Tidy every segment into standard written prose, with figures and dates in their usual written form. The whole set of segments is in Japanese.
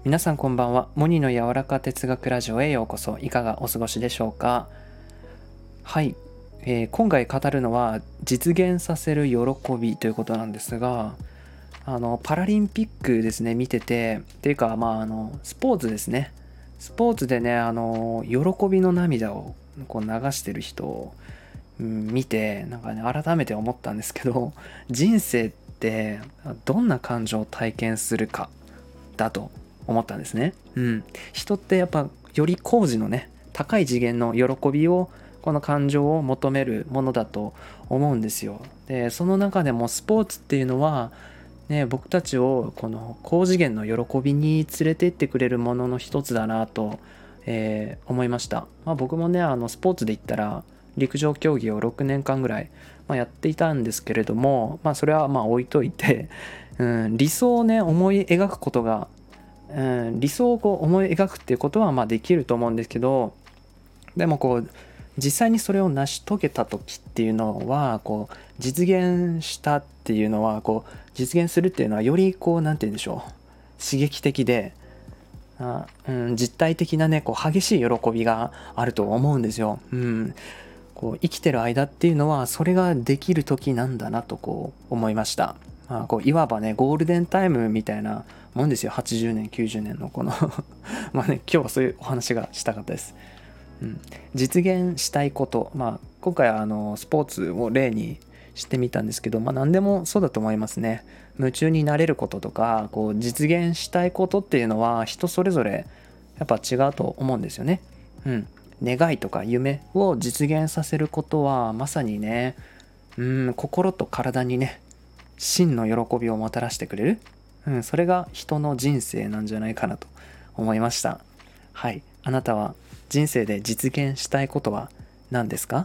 皆さんこんばんは。モニの柔らか哲学ラジオへようこそ。いかがお過ごしでしょうか。はい、今回語るのは実現させる喜びということなんですが、パラリンピックですね、見ててっていうか、スポーツですね。スポーツでね、喜びの涙をこう流してる人を、見て、なんかね、改めて思ったんですけど、人生ってどんな感情を体験するかだと思ったんですね。人ってやっぱより高次のね、高い次元の喜びを、この感情を求めるものだと思うんですよ。で、その中でもスポーツっていうのはね、僕たちをこの高次元の喜びに連れて行ってくれるものの一つだなと、思いました。僕もね、スポーツで言ったら陸上競技を6年間ぐらい、やっていたんですけれども、それは置いといて、理想をね思い描くことが、理想をこう思い描くっていうことはできると思うんですけど、でもこう実際にそれを成し遂げた時っていうのはこう実現したっていうのはこう実現するっていうのはよりこうなんて言うんでしょう、刺激的で、実体的なねこう激しい喜びがあると思うんですよ。こう生きてる間っていうのはそれができる時なんだなとこう思いました。こういわばねゴールデンタイムみたいなもんですよ。80年90年のこの今日はそういうお話がしたかったです。実現したいこと、今回はスポーツを例にしてみたんですけど、何でもそうだと思いますね。夢中になれることとかこう実現したいことっていうのは人それぞれやっぱ違うと思うんですよね。願いとか夢を実現させることはまさにね、心と体にね真の喜びをもたらしてくれる、それが人の人生なんじゃないかなと思いました。はい、あなたは人生で実現したいことは何ですか？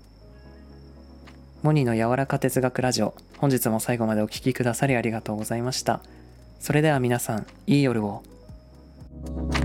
モニーの柔らか哲学ラジオ、本日も最後までお聞きくださりありがとうございました。それでは皆さん、いい夜を。